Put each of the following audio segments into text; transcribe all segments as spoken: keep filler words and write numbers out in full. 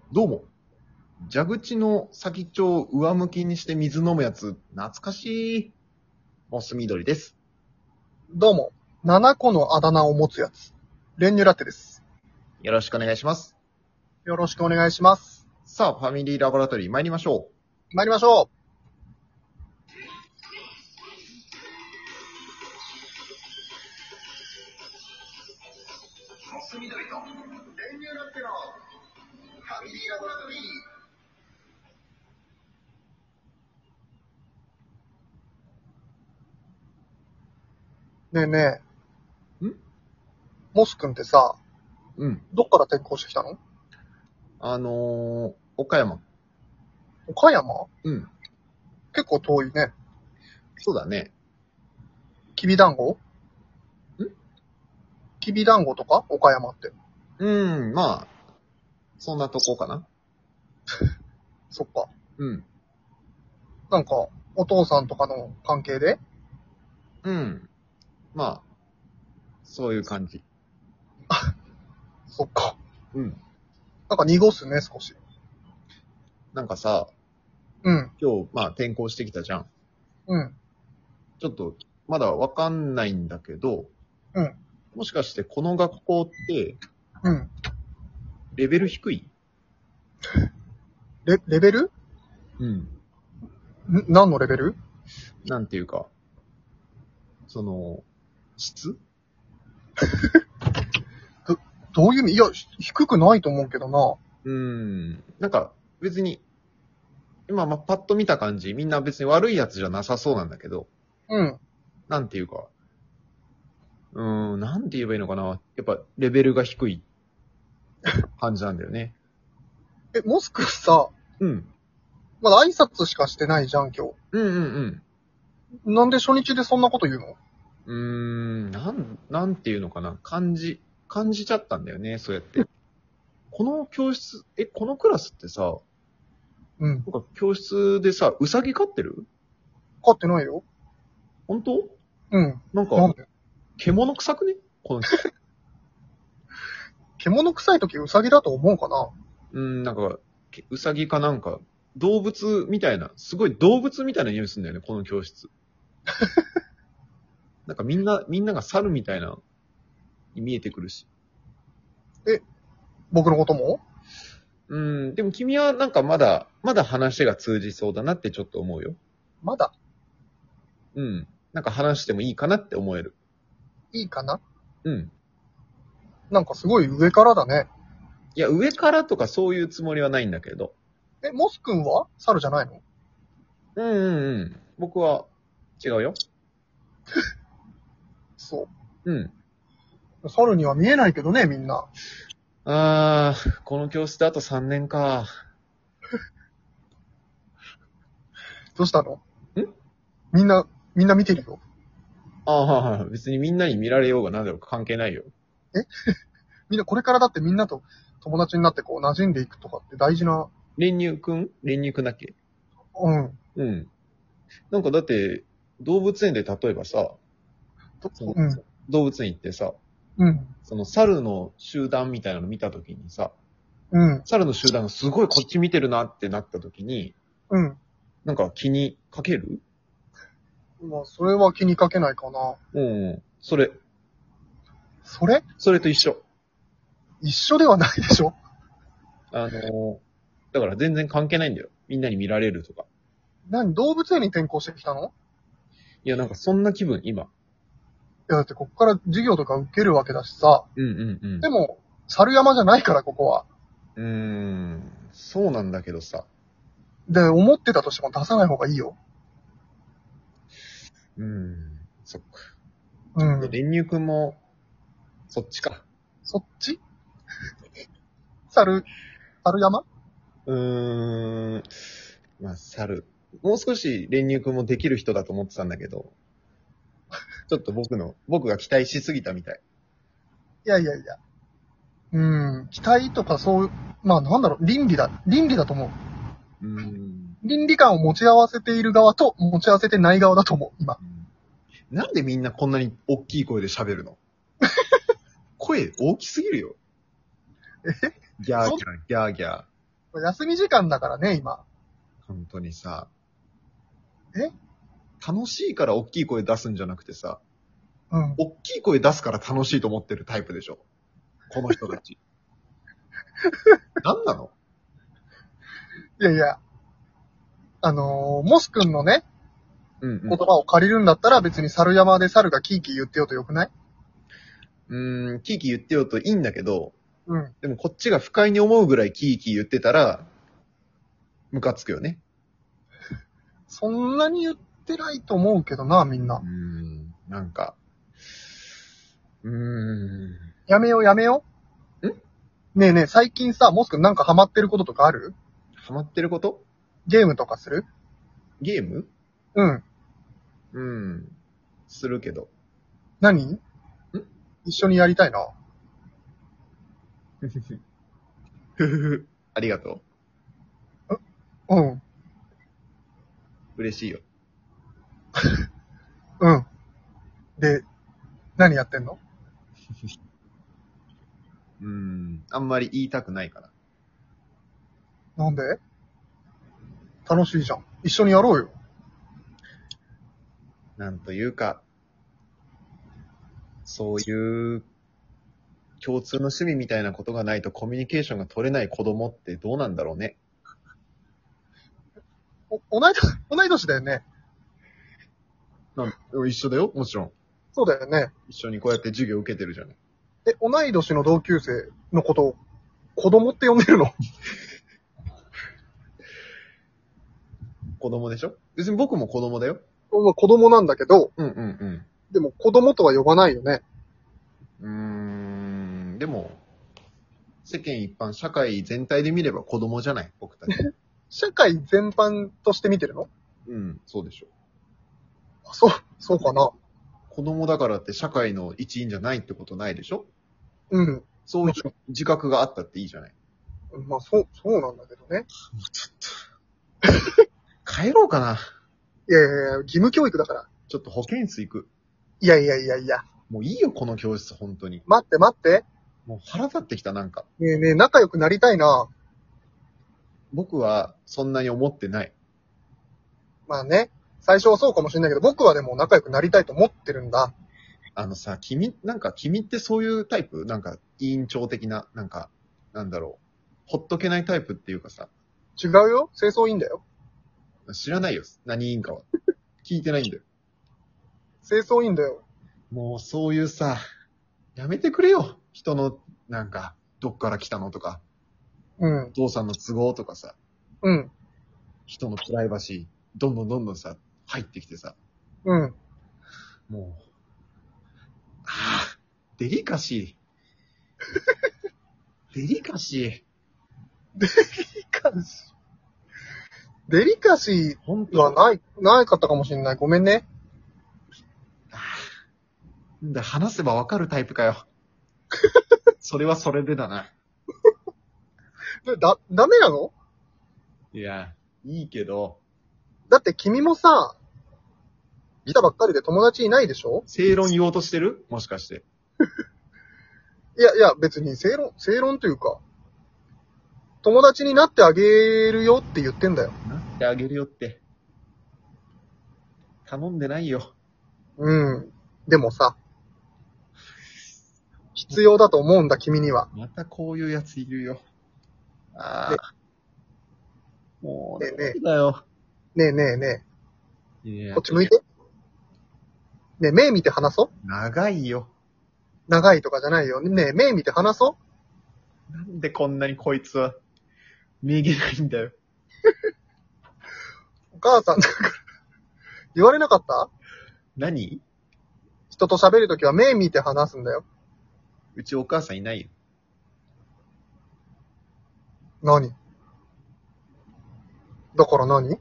どうも。蛇口の先っちょを上向きにして水飲むやつ、懐かしい。モス緑です。 どうも、ななこのあだ名を持つやつ、練乳ラテです。 よろしくお願いします。 よろしくお願いします。 さあ、ファミリーラボラトリー参りましょ参りましょう。モス緑と練乳ラテのファミリーラボラトリー。 う。ねえねえ。 んモス君ってさ、 うん。 どっから転校してきたの？ あのー、岡山。 岡山？ うん。 結構遠いね。 そうだね。 きびだんご？ んきびだんごとか岡山って。 うん、まあ、そんなとこかな。 そっか。 うん。 なんか、お父さんとかの関係で？ うん。まあ、そういう感じ。 そっか。 うん。 なんか濁すね、少し。 なんかさ、 うん。 今日、まあ、転校してきたじゃん。 うん。 ちょっと、まだわかんないんだけど、 うん。 もしかしてこの学校って、 うん。 レベル低い？ レ、レベル？ うん。 ん何のレベル？ なんていうか、その、質どういう意味？いや、ひ低くないと思うけどな。 うーん。なんか、別に、今、ま、パッと見た感じ、みんな別に悪いやつじゃなさそうなんだけど、 うん。 なんていうか、うーん、なんて言えばいいのかな。やっぱ、レベルが低い感じなんだよね。 え、モス君さ、 うん。 まだ挨拶しかしてないじゃん、今日。 うんうんなんで初日でそんなこと言うの？ うん。うーん、なん、なんていうのかな。感じ、感じちゃったんだよね、そうやって。この教室、え、このクラスってさ、 うん。 なんか教室でさ、うさぎ飼ってる？ 飼ってないよ。 本当？ うん。 なんか、 なんで？ 獣臭くねこの人。 獣臭い時ウサギだと思うかな？ うん、なんか、けうさぎかなんか、動物みたいな、すごい動物みたいな匂いするんだよね、この教室。なんかみんな、みんなが猿みたいな、に見えてくるし。 僕のことも？ うん、でも君はなんかまだ、まだ話が通じそうだなってちょっと思うよ。 まだうん。なんか話してもいいかなって思える。 いいかな？ うん。 なんかすごい上からだね。 いや、上からとかそういうつもりはないんだけど。 え、モス君は猿じゃないの？ うんうんうん。僕は違うよ。 そうん。 う。猿には見えないけどね、みんな。 あー、この教室であとさんねんか。 どうしたの？ んみんな、みんな見てるよ。 ああ、別にみんなに見られようが何だろうか関係ないよ。 みんなこれからだってみんなと友達になってこう馴染んでいくとかって大事な、 練乳くん練乳くんだっけ？ うん。 うん。なんかだって、動物園で例えばさ、 とそのうん。 動物園行ってさ、 うん。 その猿の集団みたいなの見たときにさ、 うん。 猿の集団がすごいこっち見てるなってなったときに、 うん。 なんか気にかける？ まあ、それは気にかけないかな。 うん。それ、 それそれと一緒。 一緒ではないでしょ？ あのー、だから全然関係ないんだよ。みんなに見られるとか。 何、動物園に転校してきたの？ いや、なんかそんな気分、今。 いや、だってこっから授業とか受けるわけだしさ。 うんうんうん。 でも、猿山じゃないから、ここは。 うーん、そうなんだけどさ。 で、思ってたとしても出さない方がいいよ。 うーん、そっか。で、 うん。 練乳くんも、そっちか。 そっち？猿、猿山？ うーん、まあ、猿。もう少し練乳くんもできる人だと思ってたんだけど、ちょっと僕の、僕が期待しすぎたみたい。 いやいやいや。うん。期待とかそう、まあなんだろう、倫理だ。倫理だと思う。 うーん。 倫理観を持ち合わせている側と持ち合わせてない側だと思う、今。 なんでみんなこんなに大きい声で喋るの？声大きすぎるよ。 えギャーギャー、ギャーギャー。 休み時間だからね、今。 本当にさ。 え楽しいから大きい声出すんじゃなくてさ、 うん。 大きい声出すから楽しいと思ってるタイプでしょ。この人たち。何なの？ いやいや、あのー、モス君のね、 うんうん。 言葉を借りるんだったら別に猿山で猿がキーキー言ってよとよくない？ うーん、キーキー言ってよといいんだけど、 うん。 でもこっちが不快に思うぐらいキーキー言ってたら、ムカつくよね。 そんなに言ってないと思うけどな、みんなうー。ん、なんか、うーん。 やめようやめよう。 んねえねえ、最近さ、モス君なんかハマってることとかある？ ハマってること？ ゲームとかする？ ゲーム？ うん。 うん。するけど。 何？ん一緒にやりたいな。 ふふふ。ふふふ。ありがとうん。 う。嬉しいよ。 うん。で、何やってんの？ うーん。あんまり言いたくないから。 なんで？楽しいじゃん。一緒にやろうよ。 なんというか、そういう共通の趣味みたいなことがないとコミュニケーションが取れない子供ってどうなんだろうね。 お、同い年、同い年だよね。 なん一緒だよ、もちろん。 そうだよね。 一緒にこうやって授業受けてるじゃない。 え、同い年の同級生のことを子供って呼んでるの？ 子供でしょ？別に僕も子供だよ。 まあ子供なんだけど、 うんうんでも子供とは呼ばないよね。 うん。うーん、でも、世間一般、社会全体で見れば子供じゃない、僕たち。 社会全般として見てるの？ うん、そうでしょ。 あ、そう、そうかな。 子供だからって社会の一員じゃないってことないでしょ？ うん。 そういう自覚があったっていいじゃない。 まあ、そう、そうなんだけどね。 ちょっと。帰ろうかな。 いやいやいや、義務教育だから。 ちょっと保健室行く。 いやいやいやいや。 もういいよ、この教室、本当に。 待って待って。 もう腹立ってきた、なんか。 ねえねえ、仲良くなりたいな。 僕はそんなに思ってない。 まあね。最初はそうかもしれないけど、僕はでも仲良くなりたいと思ってるんだ。 あのさ、君、なんか君ってそういうタイプ？なんか委員長的な、なんか、なんだろう。ほっとけないタイプっていうかさ、 違うよ。清掃員だよ。 知らないよ。何委員かは。聞いてないんだよ。 清掃員だよ。 もうそういうさ、やめてくれよ。人の、なんか、どっから来たのとか、 うんお。父さんの都合とかさ、 うん。 人のプライバシー、どんどんどんどんさ、入ってきてさ、 うん。 もう、ああ、デリカシー。デリカシデリカシー。デリカシー。本ー当はない、ないかったかもしれない。ごめんね。 ああんだ、話せばわかるタイプかよ。それはそれでだな。 でだ、ダメなの？ いや、いいけど、 だって君もさ、来たばっかりで友達いないでしょ？ 正論言おうとしてる？もしかして。 いやいや、別に正論、正論というか、友達になってあげるよって言ってんだよ。 なってあげるよって。頼んでないよ。 うん。でもさ、必要だと思うんだ、君には。 またこういうやついるよ。ああ。もう、 ねえねえだよ。 ねえねえねいえ、 やこっち向いて。ねえ、目見て話そう。 長いよ。 長いとかじゃないよ。ねえ、目見て話そなんでこんなにこいつは、見えげないんだよ。 う。お母さん、言われなかった？ 何？ 人と喋るときは目見て話すんだよ。 うちお母さんいないよ。 何？だから何？い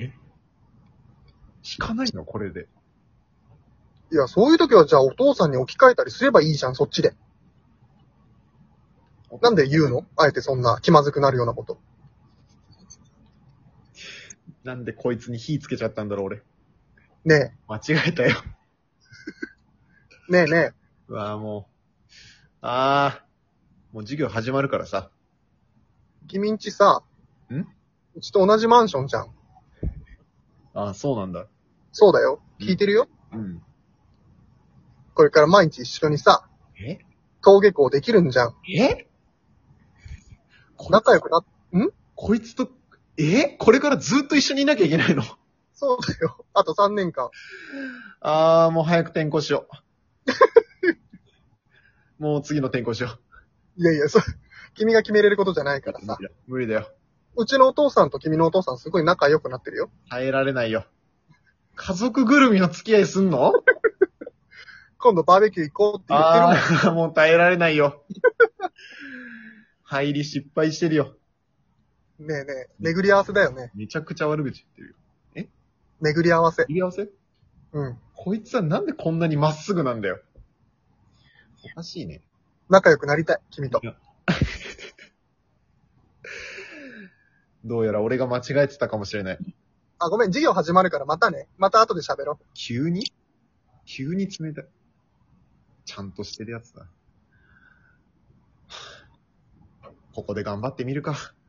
聞かないのこれで。 や、そういうときはじゃあお父さんに置き換えたりすればいいじゃん、そっちで。なんで言うの？あえてそんな気まずくなるようなこと。 なんでこいつに火つけちゃったんだろう、俺。 ね間違えたよ。 え、ねえねえ、 うわぁ、もう。ああ。もう授業始まるからさ。 君んちさ、 うちと同じマンションじゃん。 ああ、そうなんだ。 そうだよ。聞いてるよ。 うん。 これから毎日一緒にさ、 え登下校できるんじゃん。 えこ仲良くなっ、 こいつと、えこれからずっと一緒にいなきゃいけないの？ そうだよ。あとさんねんかん。 あー、もう早く転校しよう。もう次の転校しよいやいや、そう、君が決めれることじゃないからう。 さ。 無理だよ。 うちのお父さんと君のお父さんすごい仲良くなってるよ。 耐えられないよ。家族ぐるみの付き合いすんの？ 今度バーベキュー行こうって言ってるもん。 あー、もう耐えられないよ。入り失敗してるよ。 ねえねえ、巡り合わせだよね。 めちゃくちゃ悪口言ってるよ。 巡り合わせ。 巡り合わせ？ うん。 こいつはなんでこんなにまっすぐなんだよ。おかしいね。 仲良くなりたい、君と。 どうやら俺が間違えてたかもしれない。 あ、ごめん、授業始まるからまたね。また後で喋ろう。 急に急に冷たい。ちゃんとしてるやつだ。ここで頑張ってみるか。